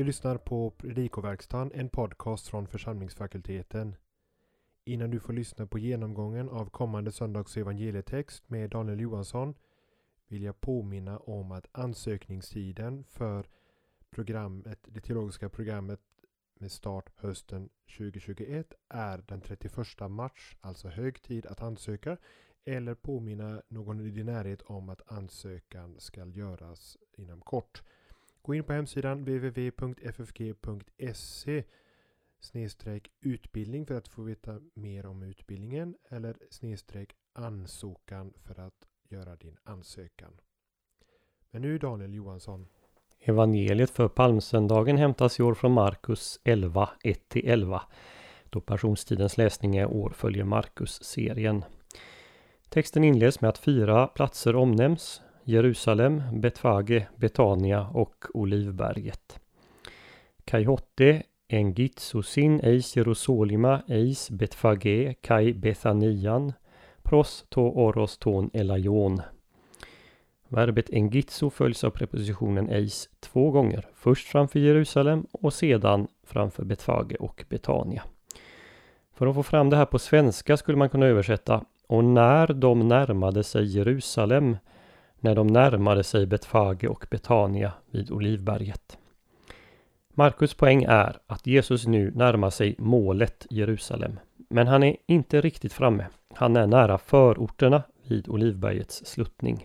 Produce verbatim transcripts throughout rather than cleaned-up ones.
lyssnar på Predikoverkstan, en podcast från församlingsfakulteten. Innan du får lyssna på genomgången av kommande söndags evangelietext med Daniel Johansson vill jag påminna om att ansökningstiden för programmet, det teologiska programmet med start hösten tjugohundratjugoett är den trettioförsta mars, alltså hög tid att ansöka, eller påminna någon i din närhet om att ansökan ska göras inom kort. Gå in på hemsidan w w w punkt f f g punkt s e snedstreck utbildning för att få veta mer om utbildningen eller snedstreck ansökan för att göra din ansökan. Men nu Daniel Johansson. Evangeliet för palmsöndagen hämtas i år från Markus elva, ett till elva. Då passionstidens läsning är år följer Markus-serien. Texten inleds med att fyra platser omnämns: Jerusalem, Betfage, Betania och Olivberget. Kai hotte en gitsosin eis Jerusalema eis Betfage kai Bethanian pros to oros ton elajon. Verbet engitso följs av prepositionen eis två gånger, först framför Jerusalem och sedan framför Betfage och Betania. För att få fram det här på svenska skulle man kunna översätta: och när de närmade sig Jerusalem, när de närmade sig Betfage och Betania vid Olivberget. Markus poäng är att Jesus nu närmar sig målet Jerusalem, men han är inte riktigt framme. Han är nära förorterna vid Olivbergets sluttning.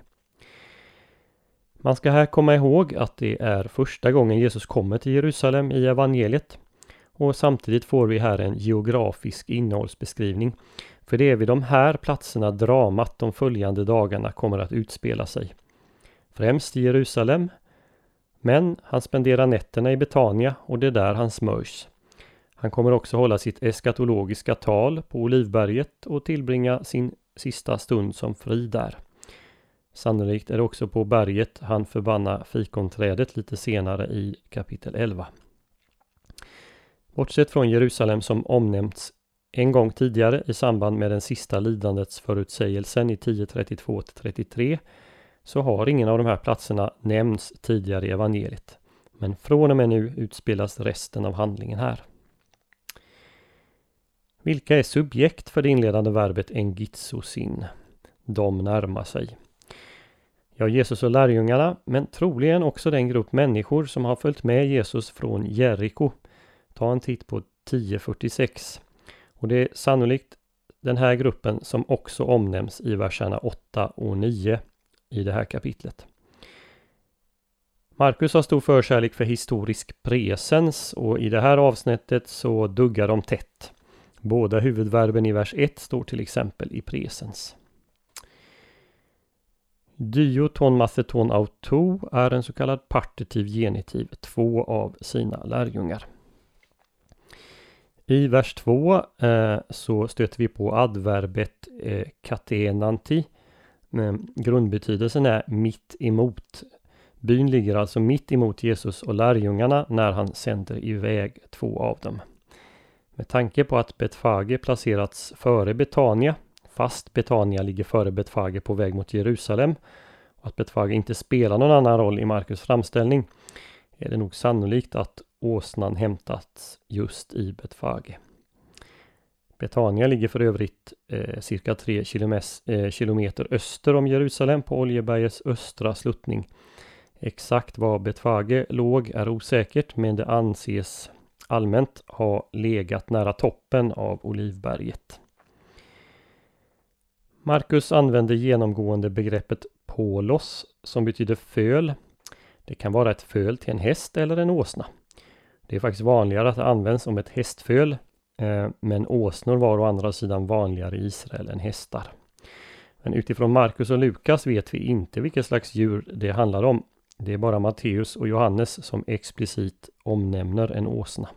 Man ska här komma ihåg att det är första gången Jesus kommer till Jerusalem i evangeliet, och samtidigt får vi här en geografisk innehållsbeskrivning. För det är vid de här platserna dramat de följande dagarna kommer att utspela sig. Främst i Jerusalem, men han spenderar nätterna i Betania och det är där han smörjs. Han kommer också hålla sitt eskatologiska tal på Olivberget och tillbringa sin sista stund som fri där. Sannolikt är det också på berget han förbannar fikonträdet lite senare i kapitel elva. Bortsett från Jerusalem som omnämnts en gång tidigare i samband med den sista lidandets förutsägelsen i tio trettiotvå till trettiotre så har ingen av de här platserna nämnts tidigare i evangeliet. Men från och med nu utspelas resten av handlingen här. Vilka är subjekt för det inledande verbet engitsosin? De närmar sig. Ja, Jesus och lärjungarna, men troligen också den grupp människor som har följt med Jesus från Jeriko. Ta en titt på tio fyrtiosex. Och det är sannolikt den här gruppen som också omnämns i verserna åtta och nio i det här kapitlet. Markus har stor förkärlek för historisk presens och i det här avsnittet så duggar de tätt. Båda huvudverben i vers ett står till exempel i presens. Dio ton matheton auto är en så kallad partitiv genitiv, två av sina lärjungar. I vers två eh, så stöter vi på adverbet eh, katenanti. Men grundbetydelsen är mitt emot. Byn ligger alltså mitt emot Jesus och lärjungarna när han sänder iväg två av dem. Med tanke på att Betfage placerats före Betania, fast Betania ligger före Betfage på väg mot Jerusalem, och att Betfage inte spelar någon annan roll i Markus framställning, är det nog sannolikt att åsnan hämtats just i Betfage. Betania ligger för övrigt eh, cirka tre kilometer öster om Jerusalem på Oljebergets östra sluttning. Exakt var Betfage låg är osäkert, men det anses allmänt ha legat nära toppen av Olivberget. Markus använder genomgående begreppet polos som betyder föl. Det kan vara ett föl till en häst eller en åsna. Det är faktiskt vanligare att det används om ett hästföl, eh, men åsnor var å andra sidan vanligare i Israel än hästar. Men utifrån Markus och Lukas vet vi inte vilket slags djur det handlar om. Det är bara Matteus och Johannes som explicit omnämner en åsna.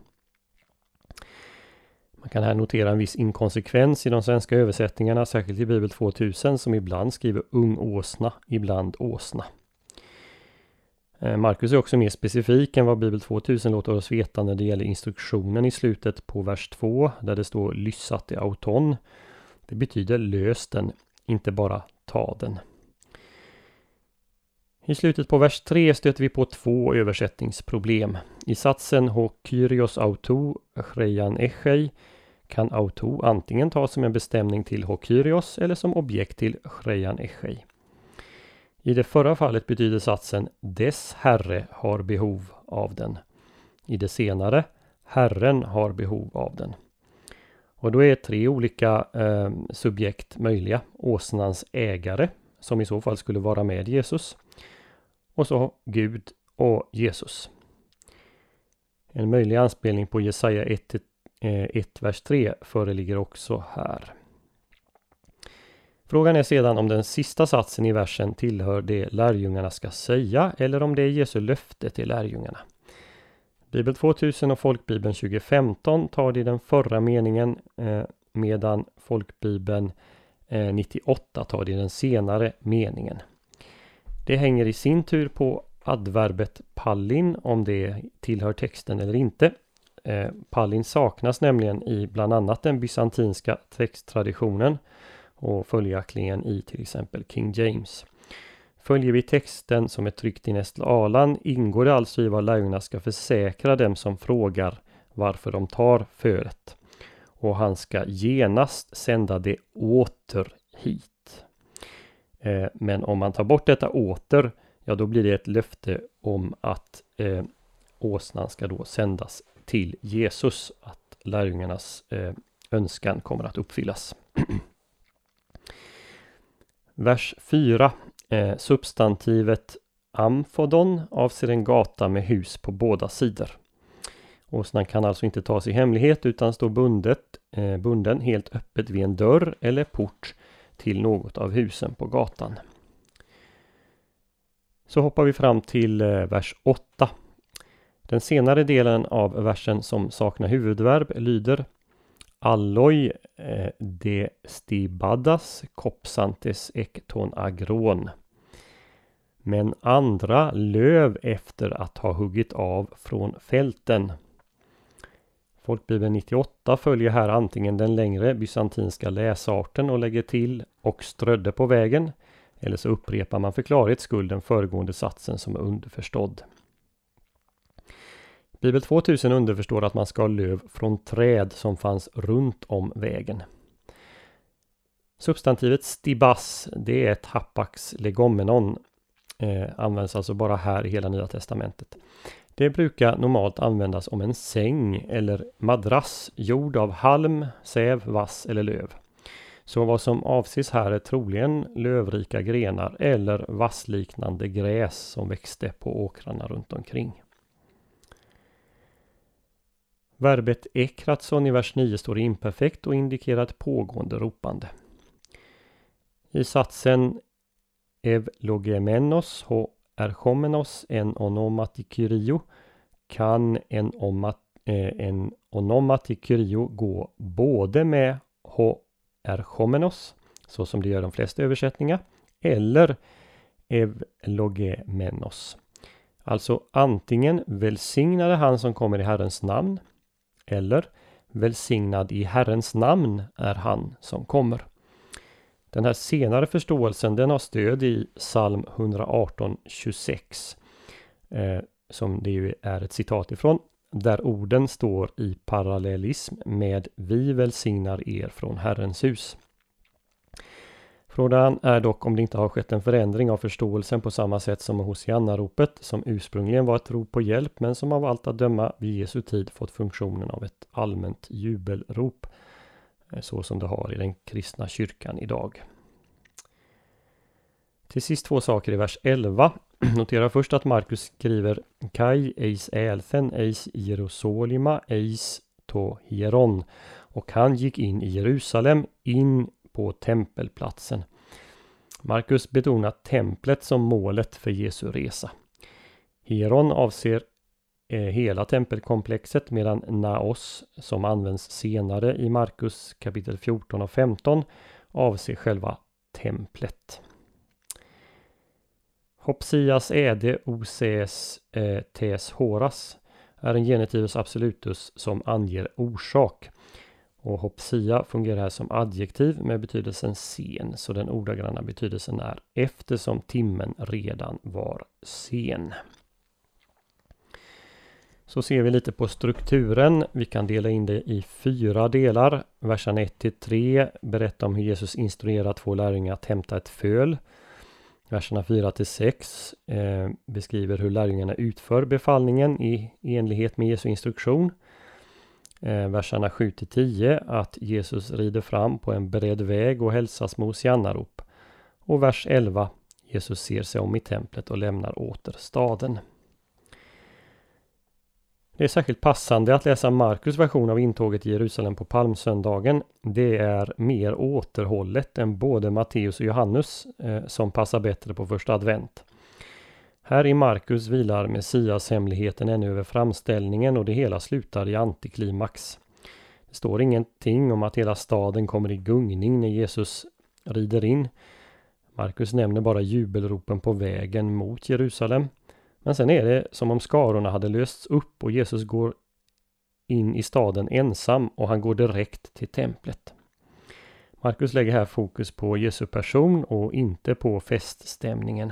Man kan här notera en viss inkonsekvens i de svenska översättningarna, särskilt i Bibel tvåtusen som ibland skriver ung åsna, ibland åsna. Markus är också mer specifik än vad Bibel tvåtusen låter oss veta när det gäller instruktionen i slutet på vers två där det står lyssat i auton. Det betyder lös den, inte bara ta den. I slutet på vers tre stöter vi på två översättningsproblem. I satsen Ho Kyrios autou chreian echei kan autou antingen tas som en bestämning till Ho Kyrios eller som objekt till chreian echei. I det förra fallet betyder satsen dess herre har behov av den. I det senare, Herren har behov av den. Och då är tre olika eh, subjekt möjliga. Åsnans ägare, som i så fall skulle vara med Jesus. Och så Gud och Jesus. En möjlig anspelning på Jesaja ett, ett vers tre föreligger också här. Frågan är sedan om den sista satsen i versen tillhör det lärjungarna ska säga eller om det är Jesu löfte till lärjungarna. Bibel tvåtusen och Folkbibeln tjugo femton tar det i den förra meningen eh, medan Folkbibeln eh, nittioåtta tar det i den senare meningen. Det hänger i sin tur på adverbet pallin om det tillhör texten eller inte. Eh, pallin saknas nämligen i bland annat den bysantinska texttraditionen och följaktligen i till exempel King James. Följer vi texten som är tryckt i Nestle Aland ingår det alltså i vad lärjungarna ska försäkra dem som frågar varför de tar föret. Och han ska genast sända det åter hit. Eh, men om man tar bort detta åter, ja då blir det ett löfte om att eh, åsnan ska då sändas till Jesus. Att lärjungarnas eh, önskan kommer att uppfyllas. Vers fyra. Eh, substantivet amfodon avser en gata med hus på båda sidor. Åsnan kan alltså inte tas i hemlighet utan står bundet, eh, bunden helt öppet vid en dörr eller port till något av husen på gatan. Så hoppar vi fram till eh, vers åtta. Den senare delen av versen som saknar huvudverb lyder Alloi eh, de stibadas kopsantes ekton agron. Men andra löv efter att ha huggit av från fälten. Folkbibeln nittioåtta följer här antingen den längre bysantinska läsarten och lägger till och strödde på vägen. Eller så upprepar man för klarhets skull den föregående satsen som är underförstådd. Bibel tvåtusen underförstår att man ska ha löv från träd som fanns runt om vägen. Substantivet stibas, det är ett hapax legomenon. Eh, används alltså bara här i hela Nya testamentet. Det brukar normalt användas om en säng eller madrass gjord av halm, säv, vass eller löv. Så vad som avses här är troligen lövrika grenar eller vassliknande gräs som växte på åkrarna runt omkring. Verbet ekratson i vers nio står imperfekt och indikerar ett pågående ropande. I satsen evlogemenos ho erchomenos en onomatikyrio kan en, omat, eh, en onomatikyrio gå både med ho erchomenos, så som det gör de flesta översättningar, eller evlogemenos. Alltså antingen välsignade han som kommer i Herrens namn, eller välsignad i Herrens namn är han som kommer. Den här senare förståelsen den har stöd i psalm hundraarton tjugosex eh, som det ju är ett citat ifrån, där orden står i parallellism med vi välsignar er från Herrens hus. Frågan är dock om det inte har skett en förändring av förståelsen på samma sätt som Hosianna-ropet som ursprungligen var ett rop på hjälp men som av allt att döma vid Jesu tid fått funktionen av ett allmänt jubelrop så som det har i den kristna kyrkan idag. Till sist två saker i vers elva. Notera först att Markus skriver Kai eis älthen eis Jerusalema eis to hieron och han gick in i Jerusalem in på tempelplatsen. Markus betonar templet som målet för Jesu resa. Hieron avser eh, hela tempelkomplexet medan naos som används senare i Markus kapitel fjorton och femton avser själva templet. Hopsias äde ocs eh, tes horas är en genitivus absolutus som anger orsak. Och hopsia fungerar här som adjektiv med betydelsen sen, så den ordagranna betydelsen är eftersom timmen redan var sen. Så ser vi lite på strukturen. Vi kan dela in det i fyra delar. Verserna ett till tre berättar om hur Jesus instruerar två lärjungar att hämta ett föl. Verserna fyra till sex eh, beskriver hur lärjungarna utför befallningen i enlighet med Jesu instruktion. Eh, verserna sju till tio att Jesus rider fram på en beredd väg och hälsas med hosiannarop. Och vers elva, Jesus ser sig om i templet och lämnar åter staden. Det är särskilt passande att läsa Markus version av intåget i Jerusalem på palmsöndagen. Det är mer återhållet än både Matteus och Johannes eh, som passar bättre på första advent. Här i Markus vilar Messias hemligheten ännu över framställningen och det hela slutar i antiklimax. Det står ingenting om att hela staden kommer i gungning när Jesus rider in. Markus nämner bara jubelropen på vägen mot Jerusalem. Men sen är det som om skarorna hade lösts upp och Jesus går in i staden ensam och han går direkt till templet. Markus lägger här fokus på Jesu person och inte på feststämningen.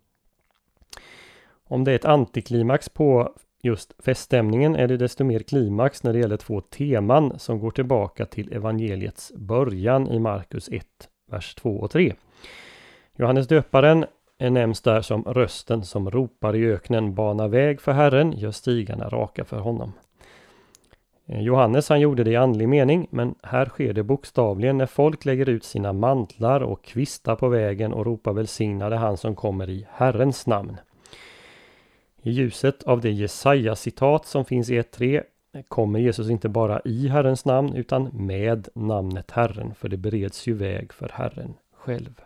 Om det är ett antiklimax på just feststämningen är det desto mer klimax när det gäller två teman som går tillbaka till evangeliets början i Markus ett, vers två och tre. Johannes döparen är nämns där som rösten som ropar i öknen, bana väg för Herren, gör stigarna raka för honom. Johannes han gjorde det i andlig mening, men här sker det bokstavligen när folk lägger ut sina mantlar och kvistar på vägen och ropar välsignade han som kommer i Herrens namn. I ljuset av det Jesaja-citat som finns i ett tre kommer Jesus inte bara i Herrens namn utan med namnet Herren, för det bereds ju väg för Herren själv.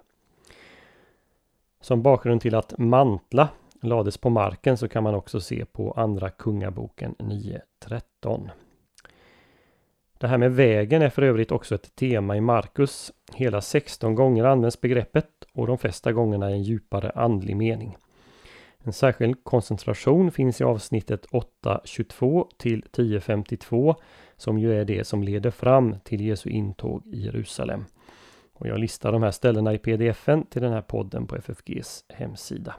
Som bakgrund till att mantla lades på marken så kan man också se på andra kungaboken nio tretton. Det här med vägen är för övrigt också ett tema i Markus. Hela sexton gånger används begreppet och de flesta gångerna i en djupare andlig mening. En särskild koncentration finns i avsnittet åtta tjugotvå till tio femtiotvå som ju är det som leder fram till Jesu intåg i Jerusalem. Och jag listar de här ställena i pdf-en till den här podden på F F G:s hemsida.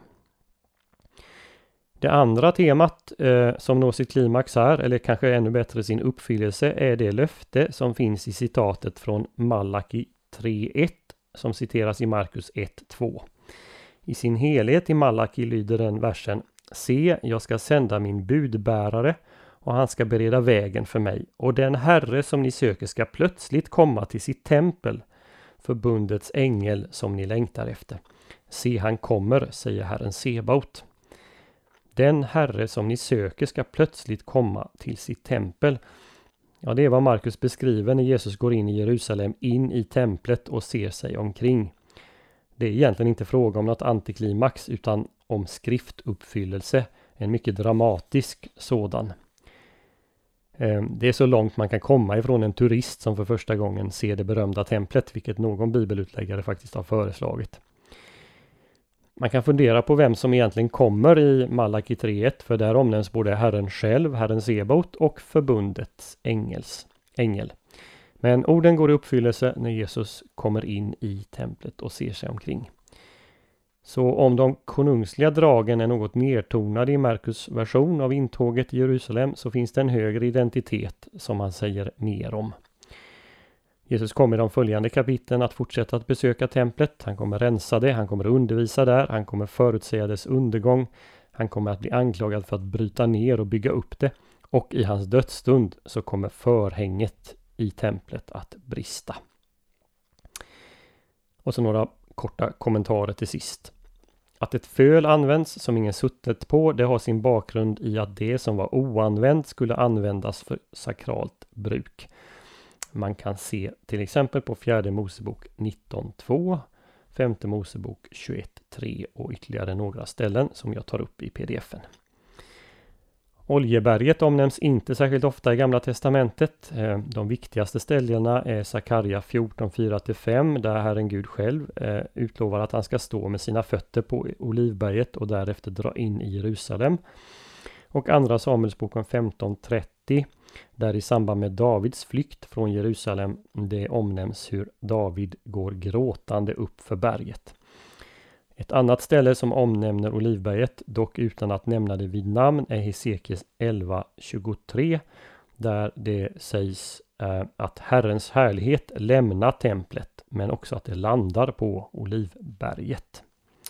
Det andra temat eh, som når sitt klimax här, eller kanske ännu bättre sin uppfyllelse, är det löfte som finns i citatet från Malaki tre ett som citeras i Markus ett två. I sin helhet i Malaki lyder den versen: Se, jag ska sända min budbärare och han ska bereda vägen för mig. Och den Herre som ni söker ska plötsligt komma till sitt tempel, förbundets ängel som ni längtar efter. Se, han kommer, säger Herren Sebaot. Den Herre som ni söker ska plötsligt komma till sitt tempel. Ja, det är vad Markus beskriver när Jesus går in i Jerusalem, in i templet och ser sig omkring. Det är egentligen inte fråga om något antiklimax utan om skriftuppfyllelse, en mycket dramatisk sådan. Det är så långt man kan komma ifrån en turist som för första gången ser det berömda templet, vilket någon bibelutläggare faktiskt har föreslagit. Man kan fundera på vem som egentligen kommer i Malaki tre ett, för där omnämns både Herren själv, Herren Sebaot och förbundets ängels, ängel. Men orden går i uppfyllelse när Jesus kommer in i templet och ser sig omkring. Så om de konungsliga dragen är något nertonade i Markus version av intåget i Jerusalem så finns det en högre identitet som han säger mer om. Jesus kommer i de följande kapitlen att fortsätta att besöka templet. Han kommer rensa det, han kommer undervisa där, han kommer förutsäga dess undergång. Han kommer att bli anklagad för att bryta ner och bygga upp det. Och i hans dödsstund så kommer förhänget i templet att brista. Och så några korta kommentarer till sist. Att ett föl används som ingen suttit på, det har sin bakgrund i att det som var oanvänt skulle användas för sakralt bruk. Man kan se till exempel på fjärde Mosebok nitton två, femte Mosebok tjugoett tre och ytterligare några ställen som jag tar upp i pdf-en. Oljeberget omnämns inte särskilt ofta i Gamla testamentet. De viktigaste ställena är Sakarja fjorton fyra till fem där Herren Gud själv utlovar att han ska stå med sina fötter på Olivberget och därefter dra in i Jerusalem. Och andra Samuelsboken femton trettio där i samband med Davids flykt från Jerusalem det omnämns hur David går gråtande upp för berget. Ett annat ställe som omnämner Olivberget, dock utan att nämna det vid namn, är Hesekiel elva tjugotre, där det sägs eh, att Herrens härlighet lämnar templet, men också att det landar på Olivberget.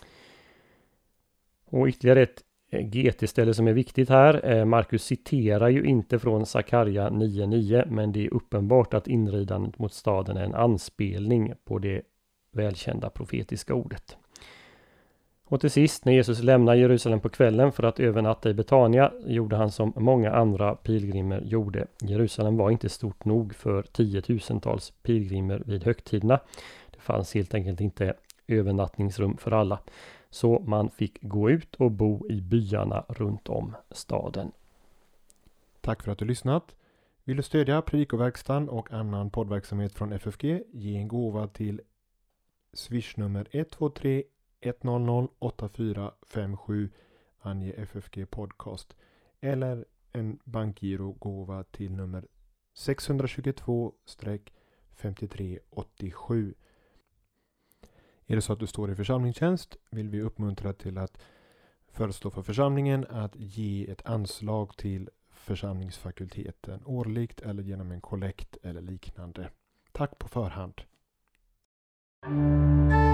Och ytterligare ett G T-ställe som är viktigt här. Markus citerar ju inte från Sakarja nio nio, men det är uppenbart att inridandet mot staden är en anspelning på det välkända profetiska ordet. Och till sist, när Jesus lämnar Jerusalem på kvällen för att övernatta i Betania, gjorde han som många andra pilgrimer gjorde. Jerusalem var inte stort nog för tiotusentals pilgrimer vid högtiderna. Det fanns helt enkelt inte övernattningsrum för alla. Så man fick gå ut och bo i byarna runt om staden. Tack för att du lyssnat. Vill du stödja Predikoverkstan och annan poddverksamhet från F F G? Ge en gåva till swishnummer ett två tre ett noll noll åtta fyra fem sju. Ange F F G podcast. Eller en bankgirogåva till nummer sex två två fem tre åtta sju. Är det så att du står i församlingstjänst vill vi uppmuntra till att föreslå för församlingen att ge ett anslag till församlingsfakulteten årligt eller genom en kollekt eller liknande. Tack på förhand.